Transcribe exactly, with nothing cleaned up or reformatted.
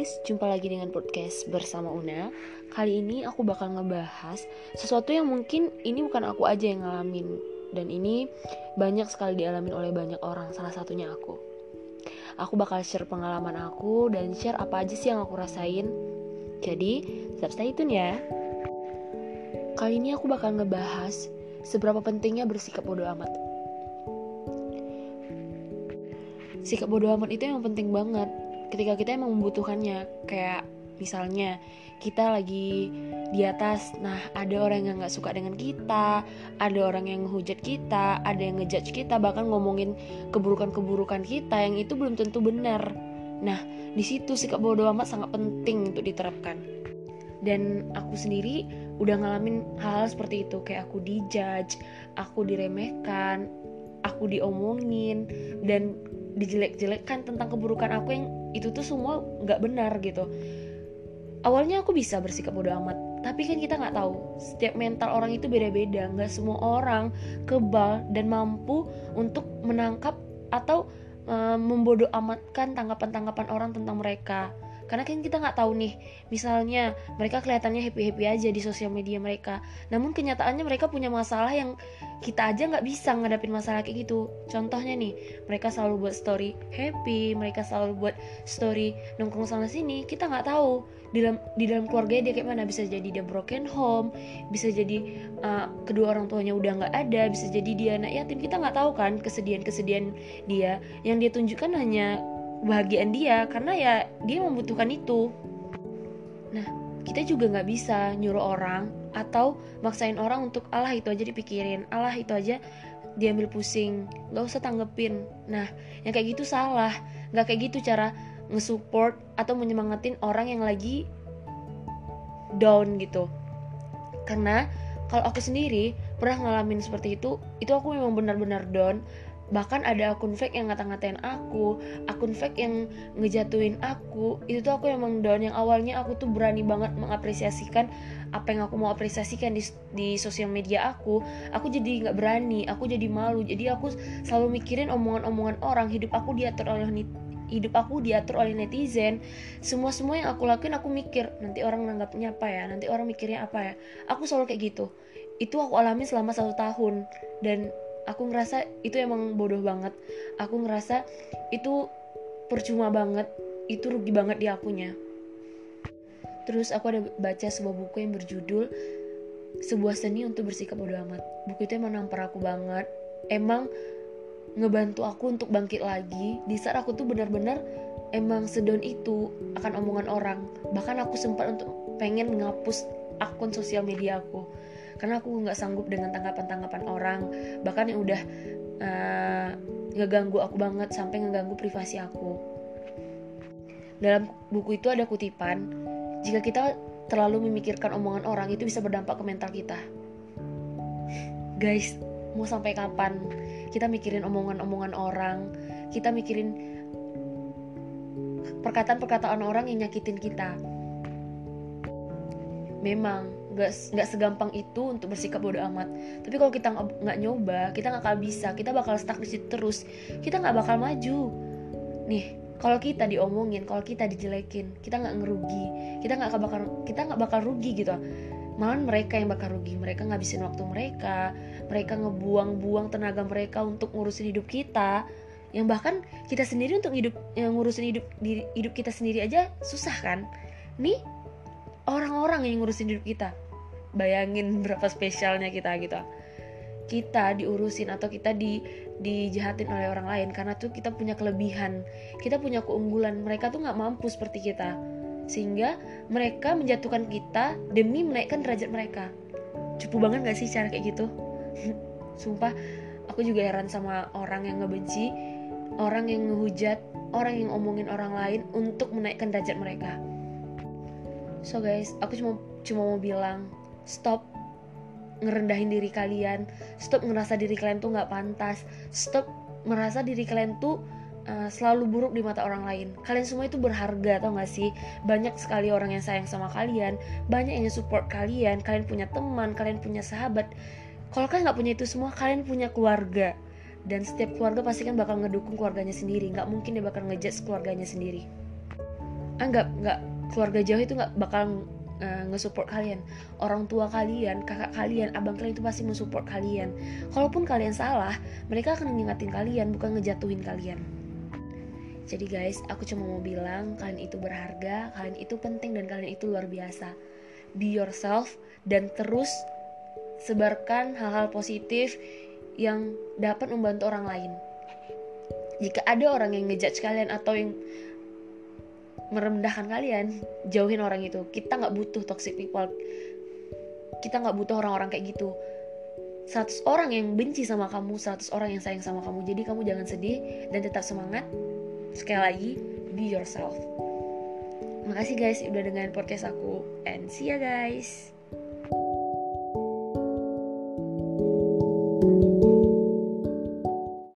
guys, jumpa lagi dengan podcast bersama Una. Kali ini aku bakal ngebahas sesuatu yang mungkin ini bukan aku aja yang ngalamin, dan ini banyak sekali dialamin oleh banyak orang, salah satunya aku. Aku bakal share pengalaman aku dan share apa aja sih yang aku rasain. Jadi, tetap stay tune ya. Kali ini aku bakal ngebahas seberapa pentingnya bersikap bodo amat. Sikap bodo amat itu emang penting banget ketika kita emang membutuhkannya. Kayak misalnya kita lagi di atas, nah ada orang yang gak suka dengan kita, ada orang yang ngehujat kita, ada yang ngejudge kita, bahkan ngomongin keburukan-keburukan kita yang itu belum tentu benar. Nah, di situ sikap bodo amat sangat penting untuk diterapkan. Dan aku sendiri udah ngalamin hal-hal seperti itu. Kayak aku dijudge, aku diremehkan, aku diomongin, dan dijelek-jelekkan tentang keburukan aku yang itu tuh semua nggak benar gitu. Awalnya aku bisa bersikap bodo amat, tapi kan kita nggak tahu setiap mental orang itu beda-beda. Nggak semua orang kebal dan mampu untuk menangkap atau uh, membodo amatkan tanggapan-tanggapan orang tentang mereka. Karena kan kita nggak tahu nih, misalnya mereka kelihatannya happy-happy aja di sosial media mereka, namun kenyataannya mereka punya masalah yang kita aja nggak bisa ngadapin masalah kayak gitu. Contohnya nih, mereka selalu buat story happy, mereka selalu buat story nongkrong sana sini. Kita nggak tahu di dalam di dalam keluarganya dia kayak mana. Bisa jadi dia broken home, bisa jadi uh, kedua orang tuanya udah nggak ada, bisa jadi dia anak yatim. Kita nggak tahu kan kesedihan-kesedihan dia. Yang dia tunjukkan hanya kebahagiaan dia, karena ya dia membutuhkan itu. Nah, kita juga nggak bisa nyuruh orang atau maksain orang untuk alah itu aja dipikirin, alah itu aja diambil pusing, nggak usah tanggepin. Nah, yang kayak gitu salah. Nggak kayak gitu cara nge-support atau menyemangatin orang yang lagi down gitu. Karena kalau aku sendiri pernah ngalamin seperti itu, itu aku memang benar-benar down. Bahkan ada akun fake yang ngata-ngatain aku, akun fake yang ngejatuhin aku. Itu tuh aku emang down. Yang awalnya aku tuh berani banget mengapresiasikan apa yang aku mau apresiasikan di, di sosial media aku. Aku jadi gak berani, aku jadi malu. Jadi aku selalu mikirin omongan-omongan orang. Hidup aku diatur oleh hidup aku diatur oleh netizen. Semua-semua yang aku lakuin aku mikir, nanti orang nanggapnya apa ya, nanti orang mikirnya apa ya. Aku selalu kayak gitu. Itu aku alami selama satu tahun. Dan aku ngerasa itu emang bodoh banget. Aku ngerasa itu percuma banget, itu rugi banget di akunya. Terus aku ada baca sebuah buku yang berjudul Sebuah Seni Untuk Bersikap Bodo Amat. Buku itu emang nampar aku banget. Emang ngebantu aku untuk bangkit lagi di saat aku tuh benar-benar emang sedon itu akan omongan orang. Bahkan aku sempat untuk pengen ngapus akun sosial media aku, karena aku gak sanggup dengan tanggapan-tanggapan orang, bahkan yang udah uh, ngeganggu aku banget, sampai ngeganggu privasi aku. Dalam buku itu ada kutipan, jika kita terlalu memikirkan omongan orang, itu bisa berdampak ke mental kita. Guys, mau sampai kapan kita mikirin omongan-omongan orang, kita mikirin perkataan-perkataan orang yang nyakitin kita? Memang gak, gak segampang itu untuk bersikap bodo amat. Tapi kalau kita gak nyoba, kita gak bakal bisa. Kita bakal stuck di situ terus. Kita gak bakal maju. Nih, kalau kita diomongin, kalau kita dijelekin, kita gak ngerugi. Kita gak bakal, kita gak bakal rugi gitu. Malah mereka yang bakal rugi. Mereka ngabisin waktu mereka. Mereka ngebuang-buang tenaga mereka untuk ngurusin hidup kita. Yang bahkan kita sendiri untuk hidup, yang ngurusin hidup, hidup kita sendiri aja susah kan. Nih, orang-orang yang ngurusin hidup kita. Bayangin berapa spesialnya kita gitu. Kita diurusin atau kita di dijahatin oleh orang lain karena tuh kita punya kelebihan, kita punya keunggulan. Mereka tuh nggak mampu seperti kita, sehingga mereka menjatuhkan kita demi menaikkan derajat mereka. Cupu banget nggak sih cara kayak gitu? Sumpah, aku juga heran sama orang yang ngebenci, orang yang ngehujat, orang yang ngomongin orang lain untuk menaikkan derajat mereka. So guys, aku cuma cuma mau bilang, stop ngerendahin diri kalian, stop ngerasa diri kalian tuh nggak pantas, stop merasa diri kalian tuh uh, selalu buruk di mata orang lain. Kalian semua itu berharga, tau nggak sih? Banyak sekali orang yang sayang sama kalian, banyak yang support kalian. Kalian punya teman, kalian punya sahabat. Kalau kalian nggak punya itu semua, kalian punya keluarga. Dan setiap keluarga pasti kan bakal ngedukung keluarganya sendiri. Nggak mungkin dia bakal ngejudge keluarganya sendiri. anggap nggak, keluarga jauh itu nggak bakal uh, nge-support kalian. Orang tua kalian, kakak kalian, abang kalian itu pasti mensupport kalian. Kalaupun kalian salah, mereka akan ngingetin kalian, bukan ngejatuhin kalian. Jadi guys, aku cuma mau bilang kalian itu berharga, kalian itu penting, dan kalian itu luar biasa. Be yourself dan terus sebarkan hal-hal positif yang dapat membantu orang lain. Jika ada orang yang ngejudge kalian atau yang merendahkan kalian, jauhin orang itu. Kita gak butuh toxic people. Kita gak butuh orang-orang kayak gitu. seratus orang yang benci sama kamu, seratus orang yang sayang sama kamu. Jadi kamu jangan sedih dan tetap semangat. Sekali lagi, be yourself. Makasih guys udah dengerin podcast aku, and see ya guys.